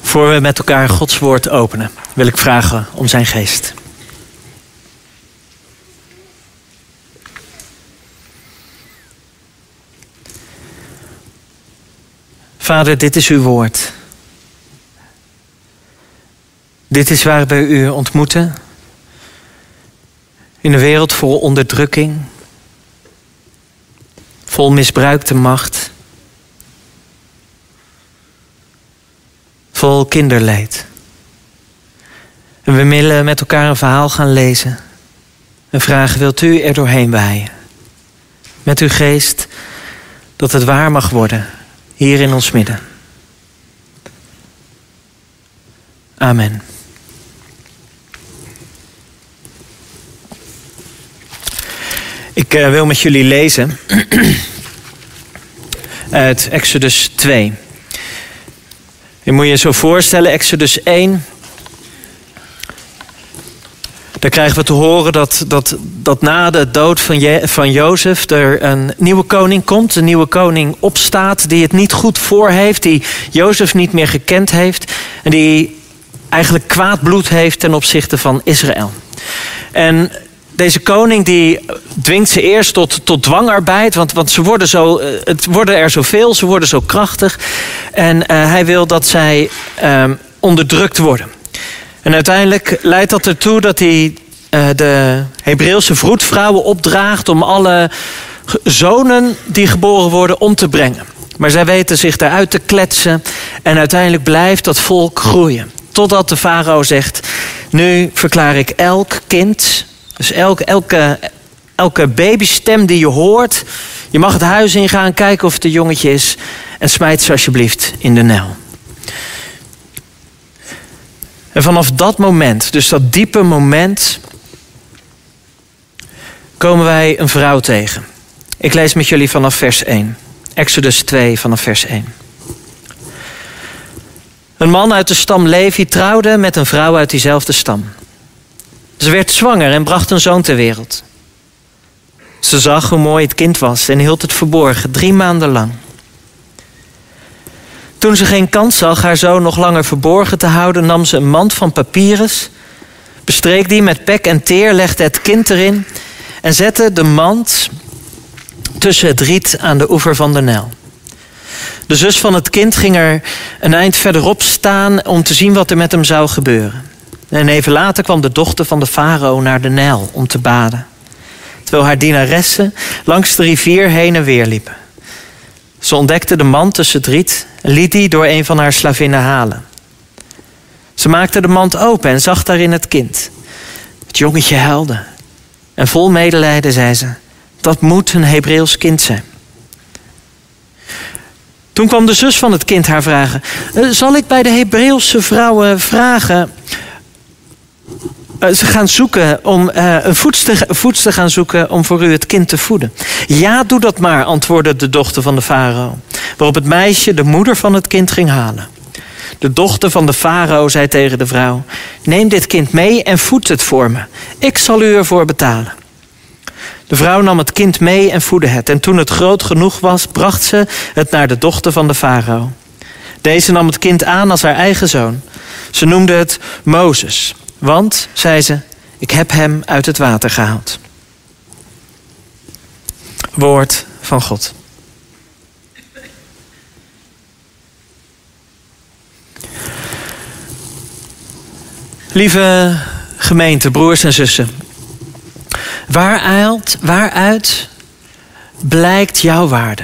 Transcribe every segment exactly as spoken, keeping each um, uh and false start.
Voor we met elkaar Gods woord openen, wil ik vragen om zijn geest. Vader, dit is uw woord. Dit is waar we u ontmoeten. In een wereld vol onderdrukking. Vol misbruikte macht. Vol kinderleed. En we willen met elkaar een verhaal gaan lezen. En vragen, wilt u er doorheen waaien? Met uw geest, dat het waar mag worden. Hier in ons midden. Amen. Ik uh, wil met jullie lezen uit Exodus twee. Je moet je zo voorstellen, Exodus één. Daar krijgen we te horen dat, dat, dat na de dood van, Je, van Jozef er een nieuwe koning komt. Een nieuwe koning opstaat die het niet goed voor heeft. Die Jozef niet meer gekend heeft. En die eigenlijk kwaad bloed heeft ten opzichte van Israël. En deze koning die dwingt ze eerst tot, tot dwangarbeid. Want, want ze worden zo, het worden er zoveel, ze worden zo krachtig. En uh, hij wil dat zij uh, onderdrukt worden. En uiteindelijk leidt dat ertoe dat hij uh, de Hebreeuwse vroedvrouwen opdraagt om alle zonen die geboren worden om te brengen. Maar zij weten zich daaruit te kletsen. En uiteindelijk blijft dat volk groeien. Totdat de farao zegt, nu verklaar ik elk kind, dus elke, elke, elke babystem die je hoort. Je mag het huis ingaan, kijken of het een jongetje is. En smijt ze alsjeblieft in de Nijl. En vanaf dat moment, dus dat diepe moment, komen wij een vrouw tegen. Ik lees met jullie vanaf vers één. Exodus twee vanaf vers één. Een man uit de stam Levi trouwde met een vrouw uit diezelfde stam. Ze werd zwanger en bracht een zoon ter wereld. Ze zag hoe mooi het kind was en hield het verborgen, drie maanden lang. Toen ze geen kans zag haar zoon nog langer verborgen te houden, nam ze een mand van papyrus, bestreek die met pek en teer, legde het kind erin en zette de mand tussen het riet aan de oever van de Nijl. De zus van het kind ging er een eind verderop staan om te zien wat er met hem zou gebeuren. En even later kwam de dochter van de farao naar de Nijl om te baden, terwijl haar dienaressen langs de rivier heen en weer liepen. Ze ontdekte de mand tussen het riet en liet die door een van haar slavinnen halen. Ze maakte de mand open en zag daarin het kind. Het jongetje huilde. En vol medelijden zei ze, dat moet een Hebreeuws kind zijn. Toen kwam de zus van het kind haar vragen, zal ik bij de Hebreeuwse vrouwen vragen, Uh, ze gaan zoeken om uh, een voedster, voedster gaan zoeken om voor u het kind te voeden. Ja, doe dat maar, antwoordde de dochter van de farao. Waarop het meisje de moeder van het kind ging halen. De dochter van de farao zei tegen de vrouw, neem dit kind mee en voed het voor me. Ik zal u ervoor betalen. De vrouw nam het kind mee en voedde het. En toen het groot genoeg was, bracht ze het naar de dochter van de farao. Deze nam het kind aan als haar eigen zoon. Ze noemde het Mozes. Want, zei ze, ik heb hem uit het water gehaald. Woord van God. Lieve gemeente, broers en zussen. Waaruit, waaruit blijkt jouw waarde?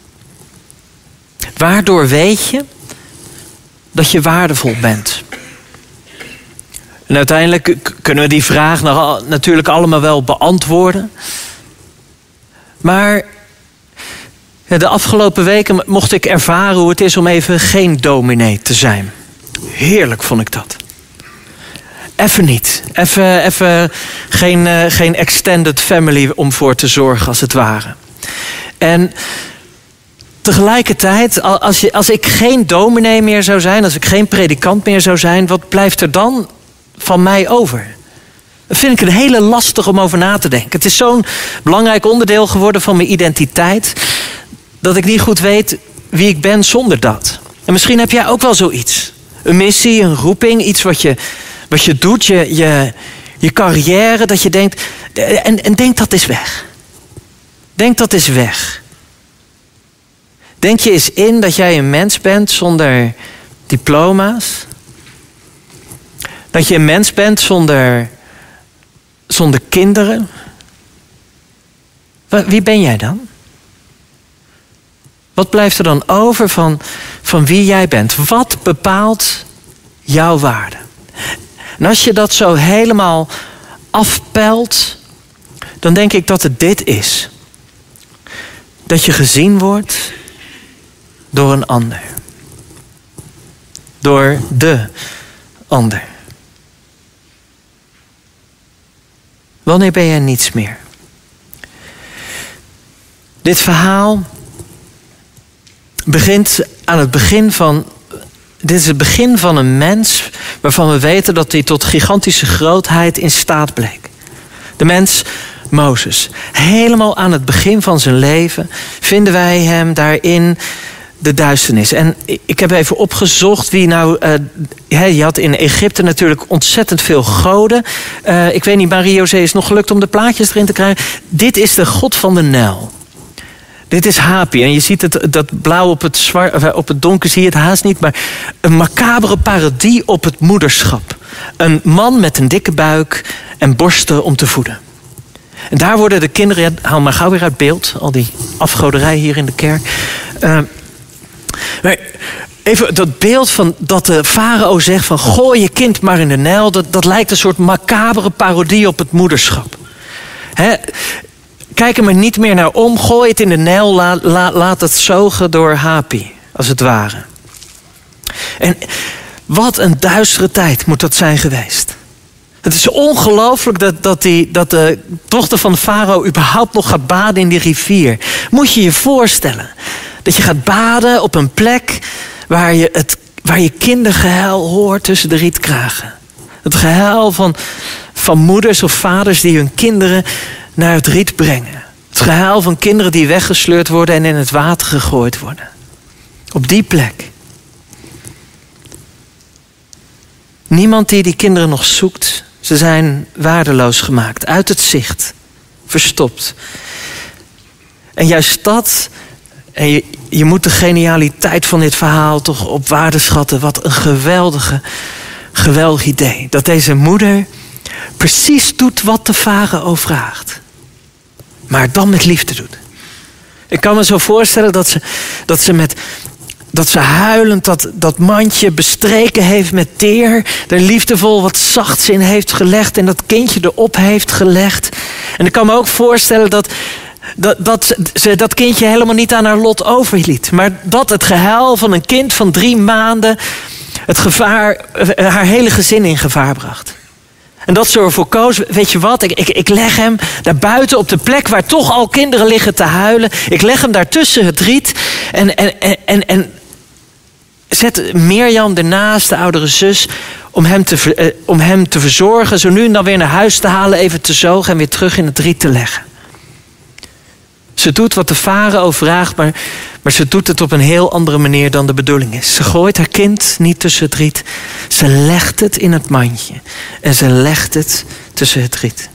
Waardoor weet je dat je waardevol bent? En uiteindelijk kunnen we die vraag natuurlijk allemaal wel beantwoorden. Maar de afgelopen weken mocht ik ervaren hoe het is om even geen dominee te zijn. Heerlijk vond ik dat. Even niet. Even, even geen, uh, geen extended family om voor te zorgen als het ware. En tegelijkertijd, als, je, als ik geen dominee meer zou zijn, als ik geen predikant meer zou zijn, wat blijft er dan van mij over? Dat vind ik een hele lastig om over na te denken. Het is zo'n belangrijk onderdeel geworden van mijn identiteit, dat ik niet goed weet wie ik ben zonder dat. En misschien heb jij ook wel zoiets. Een missie, een roeping, iets wat je, wat je doet, je, je, je carrière, dat je denkt, en, en denk dat is weg. Denk dat is weg. Denk je eens in dat jij een mens bent zonder diploma's. Dat je een mens bent zonder, zonder kinderen. Wie ben jij dan? Wat blijft er dan over van, van wie jij bent? Wat bepaalt jouw waarde? En als je dat zo helemaal afpelt, dan denk ik dat het dit is. Dat je gezien wordt door een ander. Door de ander. Wanneer ben jij niets meer? Dit verhaal begint aan het begin van... Dit is het begin van een mens waarvan we weten dat hij tot gigantische grootheid in staat bleek. De mens Mozes. Helemaal aan het begin van zijn leven vinden wij hem daarin de duisternis. En ik heb even opgezocht wie nou... Uh, je had in Egypte natuurlijk ontzettend veel goden. Uh, ik weet niet, Marie-José is nog gelukt om de plaatjes erin te krijgen. Dit is de god van de Nijl. Dit is Hapi. En je ziet het, dat blauw op het, zwart, op het donker zie je het haast niet. Maar een macabere parodie op het moederschap. Een man met een dikke buik en borsten om te voeden. En daar worden de kinderen... Ja, haal maar gauw weer uit beeld. Al die afgoderij hier in de kerk. Uh, maar even dat beeld van dat de farao zegt van... gooi je kind maar in de Nijl. Dat, dat lijkt een soort macabere parodie op het moederschap. Hè? Kijk er maar niet meer naar om. Gooi het in de Nijl. La, la, laat het zogen door Hapi. Als het ware. En wat een duistere tijd moet dat zijn geweest. Het is ongelooflijk dat, dat, die, dat de dochter van de farao überhaupt nog gaat baden in die rivier. Moet je je voorstellen. Dat je gaat baden op een plek waar je, het, waar je kindergehuil hoort tussen de rietkragen. Het gehuil van, van moeders of vaders die hun kinderen naar het riet brengen. Het gehuil van kinderen die weggesleurd worden en in het water gegooid worden. Op die plek. Niemand die die kinderen nog zoekt. Ze zijn waardeloos gemaakt. Uit het zicht. Verstopt. En juist dat... En je, je moet de genialiteit van dit verhaal toch op waarde schatten. Wat een geweldige, geweldig idee. Dat deze moeder precies doet wat de farao vraagt. Maar dan met liefde doet. Ik kan me zo voorstellen dat ze, dat ze met... Dat ze huilend dat, dat mandje bestreken heeft met teer. Er liefdevol wat zachts in heeft gelegd. En dat kindje erop heeft gelegd. En ik kan me ook voorstellen dat, dat, dat ze dat kindje helemaal niet aan haar lot overliet. Maar dat het gehuil van een kind van drie maanden het gevaar, haar hele gezin in gevaar bracht. En dat ze ervoor koos, weet je wat, ik, ik, ik leg hem daar buiten op de plek waar toch al kinderen liggen te huilen. Ik leg hem daar tussen het riet. En, en, en, en, en zet Mirjam ernaast, de oudere zus, om hem, te, uh, om hem te verzorgen. Zo nu en dan weer naar huis te halen, even te zogen en weer terug in het riet te leggen. Ze doet wat de farao vraagt, maar, maar ze doet het op een heel andere manier dan de bedoeling is. Ze gooit haar kind niet tussen het riet. Ze legt het in het mandje. En ze legt het tussen het riet.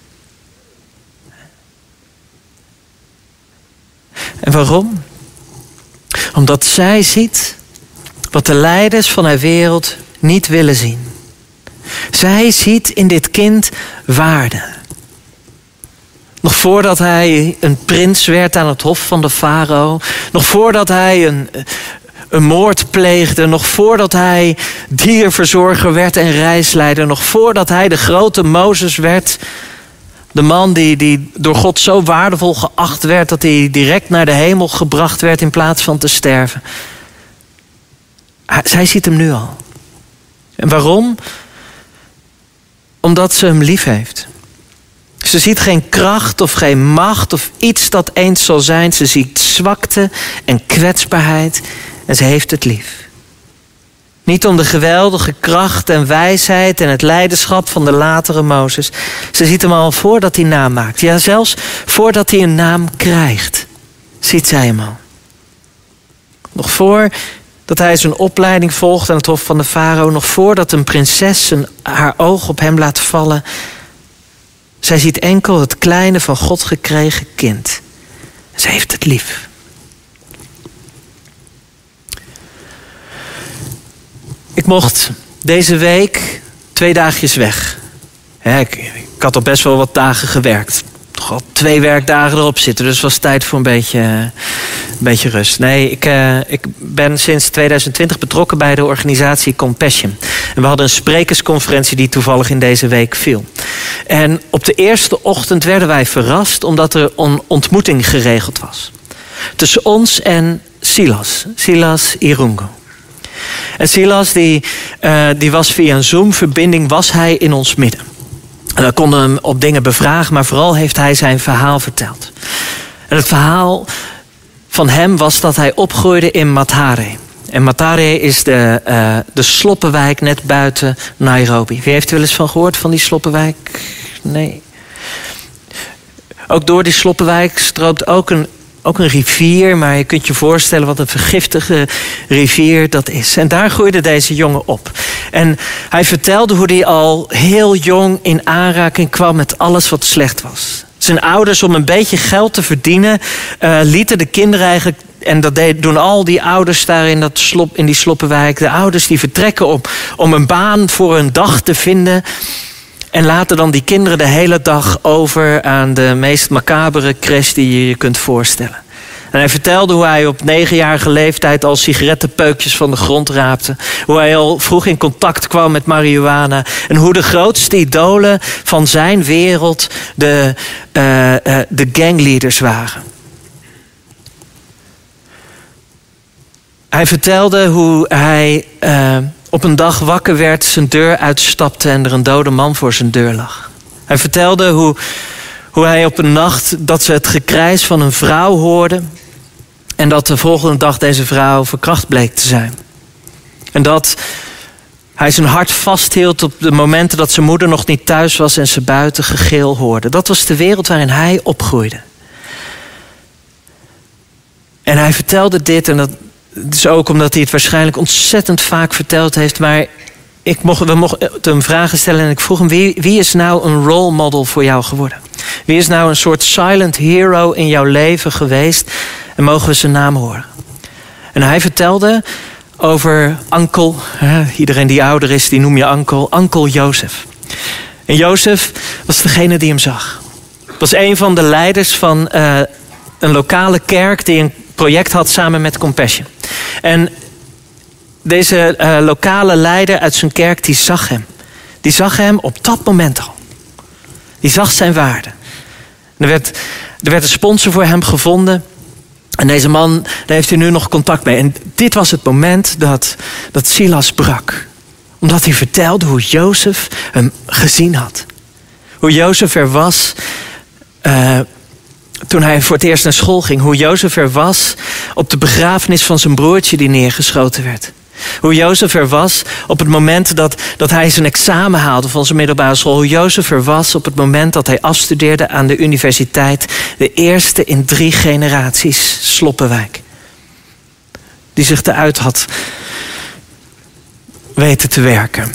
En waarom? Omdat zij ziet wat de leiders van haar wereld niet willen zien. Zij ziet in dit kind waarde. Nog voordat hij een prins werd aan het hof van de farao. Nog voordat hij een, een moord pleegde. Nog voordat hij dierverzorger werd en reisleider. Nog voordat hij de grote Mozes werd. De man die, die door God zo waardevol geacht werd dat hij direct naar de hemel gebracht werd in plaats van te sterven. Zij ziet hem nu al. En waarom? Omdat ze hem lief heeft. Ze ziet geen kracht of geen macht of iets dat eens zal zijn. Ze ziet zwakte en kwetsbaarheid en ze heeft het lief. Niet om de geweldige kracht en wijsheid en het leiderschap van de latere Mozes. Ze ziet hem al voordat hij naam maakt. Ja, zelfs voordat hij een naam krijgt, ziet zij hem al. Nog voor Dat hij zijn opleiding volgt aan het hof van de farao, nog voordat een prinses zijn, haar oog op hem laat vallen. Zij ziet enkel het kleine van God gekregen kind. Ze heeft het lief. Ik mocht deze week twee dagjes weg. Ja, ik, ik had al best wel wat dagen gewerkt. Toch al twee werkdagen erop zitten. Dus het was tijd voor een beetje, een beetje rust. Nee, ik, uh, ik ben sinds tweeduizend twintig betrokken bij de organisatie Compassion. En we hadden een sprekersconferentie die toevallig in deze week viel. En op de eerste ochtend werden wij verrast omdat er een ontmoeting geregeld was. Tussen ons en Silas. Silas Irungu. En Silas die, uh, die was via een Zoom-verbinding was hij in ons midden. En we konden hem op dingen bevragen, maar vooral heeft hij zijn verhaal verteld. En het verhaal van hem was dat hij opgroeide in Mathare. En Mathare is de, uh, de sloppenwijk net buiten Nairobi. Wie heeft er wel eens van gehoord, van die sloppenwijk? Nee. Ook door die sloppenwijk stroomt ook een, ook een rivier. Maar je kunt je voorstellen wat een vergiftige rivier dat is. En daar groeide deze jongen op. En hij vertelde hoe hij al heel jong in aanraking kwam met alles wat slecht was. Zijn ouders, om een beetje geld te verdienen, uh, lieten de kinderen eigenlijk, en dat doen al die ouders daar in, dat slop, in die sloppenwijk, de ouders die vertrekken om, om een baan voor een dag te vinden. En laten dan die kinderen de hele dag over aan de meest macabere crash die je je kunt voorstellen. En hij vertelde hoe hij op negenjarige leeftijd al sigarettenpeukjes van de grond raapte. Hoe hij al vroeg in contact kwam met marihuana. En hoe de grootste idolen van zijn wereld de, uh, uh, de gangleaders waren. Hij vertelde hoe hij uh, op een dag wakker werd, zijn deur uitstapte en er een dode man voor zijn deur lag. Hij vertelde hoe, hoe hij op een nacht dat ze het gekrijs van een vrouw hoorde. En dat de volgende dag deze vrouw verkracht bleek te zijn. En dat hij zijn hart vasthield op de momenten dat zijn moeder nog niet thuis was en ze buiten gegil hoorde. Dat was de wereld waarin hij opgroeide. En hij vertelde dit, en dat is ook omdat hij het waarschijnlijk ontzettend vaak verteld heeft. Maar ik mocht, we mochten hem vragen stellen en ik vroeg hem, wie, wie is nou een role model voor jou geworden? Wie is nou een soort silent hero in jouw leven geweest? En mogen we zijn naam horen? En hij vertelde over Uncle, iedereen die ouder is, die noem je Uncle, Uncle Jozef. En Jozef was degene die hem zag. Was een van de leiders van uh, een lokale kerk die een project had samen met Compassion. En deze uh, lokale leider uit zijn kerk, die zag hem. Die zag hem op dat moment al. Die zag zijn waarde. Er werd, er werd een sponsor voor hem gevonden. En deze man, daar heeft hij nu nog contact mee. En dit was het moment dat, dat Silas brak. Omdat hij vertelde hoe Jozef hem gezien had. Hoe Jozef er was uh, toen hij voor het eerst naar school ging. Hoe Jozef er was op de begrafenis van zijn broertje die neergeschoten werd. Hoe Jozef er was op het moment dat, dat hij zijn examen haalde van zijn middelbare school. Hoe Jozef er was op het moment dat hij afstudeerde aan de universiteit. De eerste in drie generaties Sloppenwijk. Die zich eruit had weten te werken.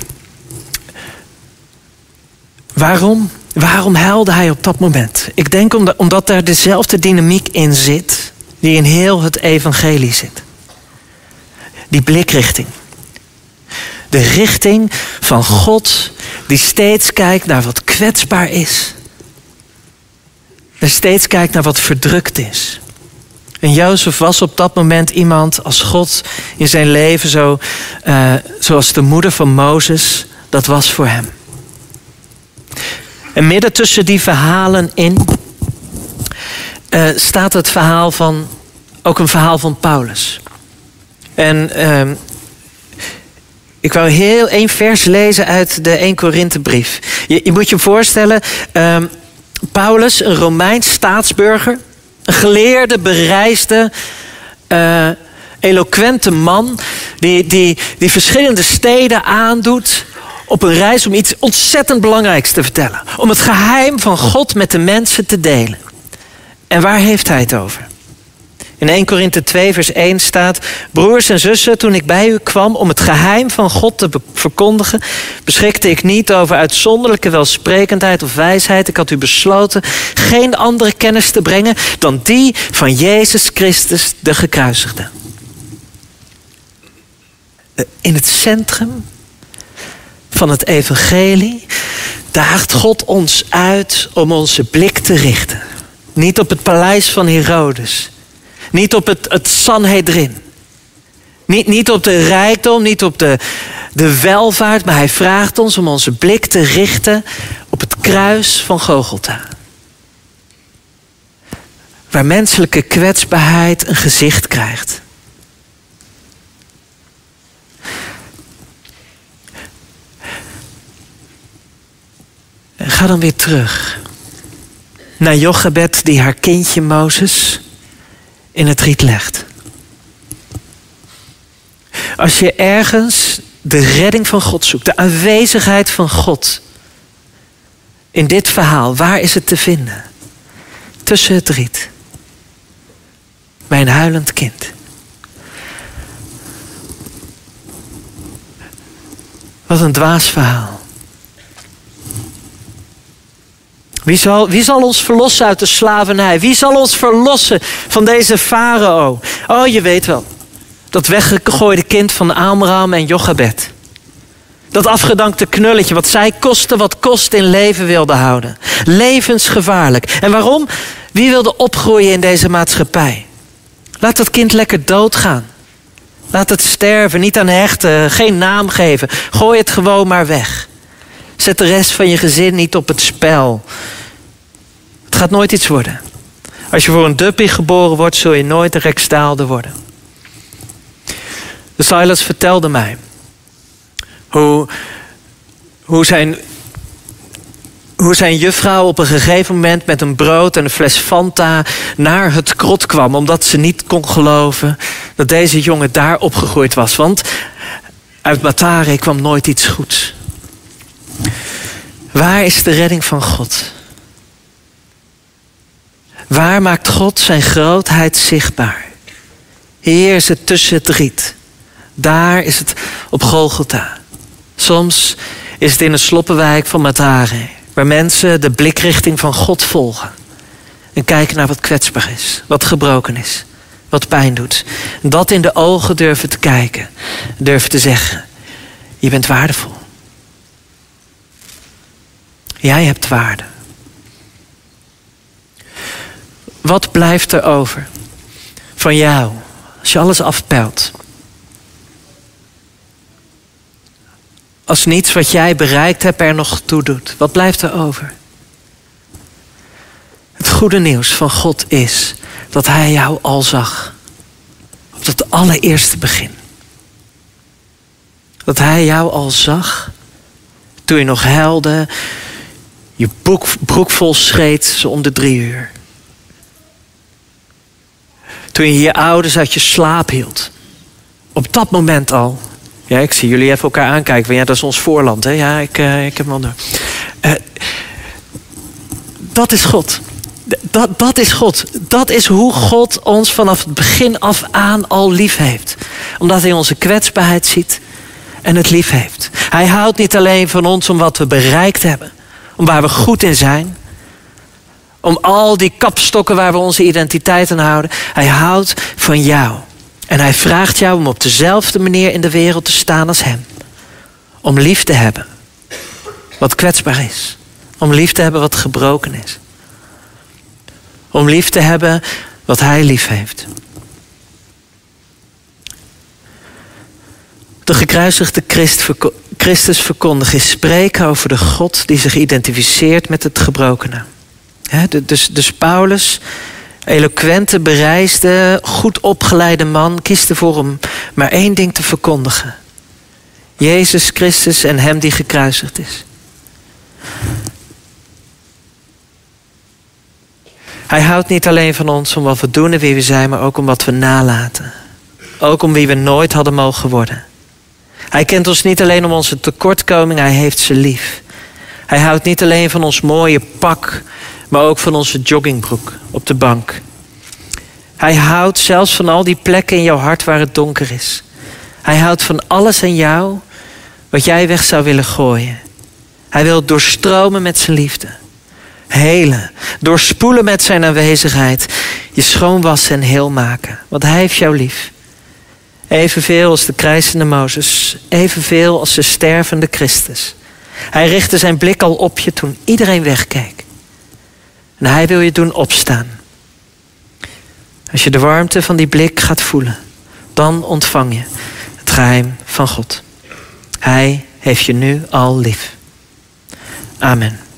Waarom? Waarom huilde hij op dat moment? Ik denk omdat, omdat daar dezelfde dynamiek in zit die in heel het evangelie zit. Die blikrichting. De richting van God die steeds kijkt naar wat kwetsbaar is. En steeds kijkt naar wat verdrukt is. En Jozef was op dat moment iemand als God in zijn leven, zo, uh, zoals de moeder van Mozes, dat was voor hem. En midden tussen die verhalen in uh, staat het verhaal van, ook een verhaal van Paulus. En uh, ik wou heel één vers lezen uit de Eerste Korinthebrief. Je, je moet je voorstellen, uh, Paulus, een Romeins staatsburger, een geleerde, bereisde, uh, eloquente man, die, die, die verschillende steden aandoet op een reis om iets ontzettend belangrijks te vertellen. Om het geheim van God met de mensen te delen. En waar heeft hij het over? In eerste Korinthe twee vers één staat: broers en zussen, toen ik bij u kwam om het geheim van God te be- verkondigen, beschikte ik niet over uitzonderlijke welsprekendheid of wijsheid. Ik had u besloten geen andere kennis te brengen dan die van Jezus Christus, de gekruisigde. In het centrum van het evangelie daagt God ons uit om onze blik te richten. Niet op het paleis van Herodes. Niet op het, het Sanhedrin. Niet, niet op de rijkdom, niet op de, de welvaart. Maar hij vraagt ons om onze blik te richten op het kruis van Golgotha. Waar menselijke kwetsbaarheid een gezicht krijgt. Ga dan weer terug naar Jochebed die haar kindje Mozes in het riet legt. Als je ergens de redding van God zoekt, de aanwezigheid van God in dit verhaal, waar is het te vinden? Tussen het riet. Bij een huilend kind. Wat een dwaas verhaal. Wie zal, wie zal ons verlossen uit de slavernij? Wie zal ons verlossen van deze farao? Oh, je weet wel. Dat weggegooide kind van Amram en Jochebed. Dat afgedankte knulletje wat zij koste wat kost in leven wilde houden. Levensgevaarlijk. En waarom? Wie wilde opgroeien in deze maatschappij? Laat dat kind lekker doodgaan. Laat het sterven, niet aan hechten, geen naam geven. Gooi het gewoon maar weg. Zet de rest van je gezin niet op het spel. Het gaat nooit iets worden. Als je voor een duppie geboren wordt, zul je nooit een Rijksdaalder worden. De Silas vertelde mij hoe, hoe, zijn, hoe zijn juffrouw op een gegeven moment met een brood en een fles Fanta naar het krot kwam. Omdat ze niet kon geloven dat deze jongen daar opgegroeid was. Want uit Matare kwam nooit iets goeds. Waar is de redding van God? Waar maakt God zijn grootheid zichtbaar? Hier is het tussen het riet. Daar is het op Golgotha. Soms is het in een sloppenwijk van Matare, waar mensen de blikrichting van God volgen. En kijken naar wat kwetsbaar is, wat gebroken is, wat pijn doet. En dat in de ogen durven te kijken. Durven te zeggen, je bent waardevol. Jij hebt waarde. Wat blijft er over van jou als je alles afpelt? Als niets wat jij bereikt hebt er nog toe doet. Wat blijft er over? Het goede nieuws van God is dat hij jou al zag. Op het allereerste begin. Dat hij jou al zag toen je nog huilde. Je broek, broek vol scheet zo om de drie uur. Toen je je ouders uit je slaap hield. Op dat moment al. Ja, ik zie jullie even elkaar aankijken. Ja, dat is ons voorland, hè? Ja, ik, uh, ik heb hem al door. Uh, dat is God. Dat, dat is God. Dat is hoe God ons vanaf het begin af aan al lief heeft. Omdat hij onze kwetsbaarheid ziet en het lief heeft. Hij houdt niet alleen van ons om wat we bereikt hebben. Om waar we goed in zijn. Om al die kapstokken waar we onze identiteit aan houden. Hij houdt van jou. En hij vraagt jou om op dezelfde manier in de wereld te staan als hem. Om lief te hebben wat kwetsbaar is. Om lief te hebben wat gebroken is. Om lief te hebben wat hij lief heeft. De gekruisigde Christ, Christus verkondigen is spreken over de God die zich identificeert met het gebrokene. He, dus, dus Paulus, eloquente, bereisde, goed opgeleide man, kiest ervoor om maar één ding te verkondigen. Jezus Christus en hem die gekruisigd is. Hij houdt niet alleen van ons om wat we doen en wie we zijn, maar ook om wat we nalaten. Ook om wie we nooit hadden mogen worden. Hij kent ons niet alleen om onze tekortkoming, hij heeft ze lief. Hij houdt niet alleen van ons mooie pak, maar ook van onze joggingbroek op de bank. Hij houdt zelfs van al die plekken in jouw hart waar het donker is. Hij houdt van alles in jou wat jij weg zou willen gooien. Hij wil doorstromen met zijn liefde. Helen, doorspoelen met zijn aanwezigheid. Je schoonwassen en heel maken. Want hij heeft jou lief. Evenveel als de krijzende Mozes. Evenveel als de stervende Christus. Hij richtte zijn blik al op je toen iedereen wegkeek. En hij wil je doen opstaan. Als je de warmte van die blik gaat voelen, dan ontvang je het geheim van God. Hij heeft je nu al lief. Amen.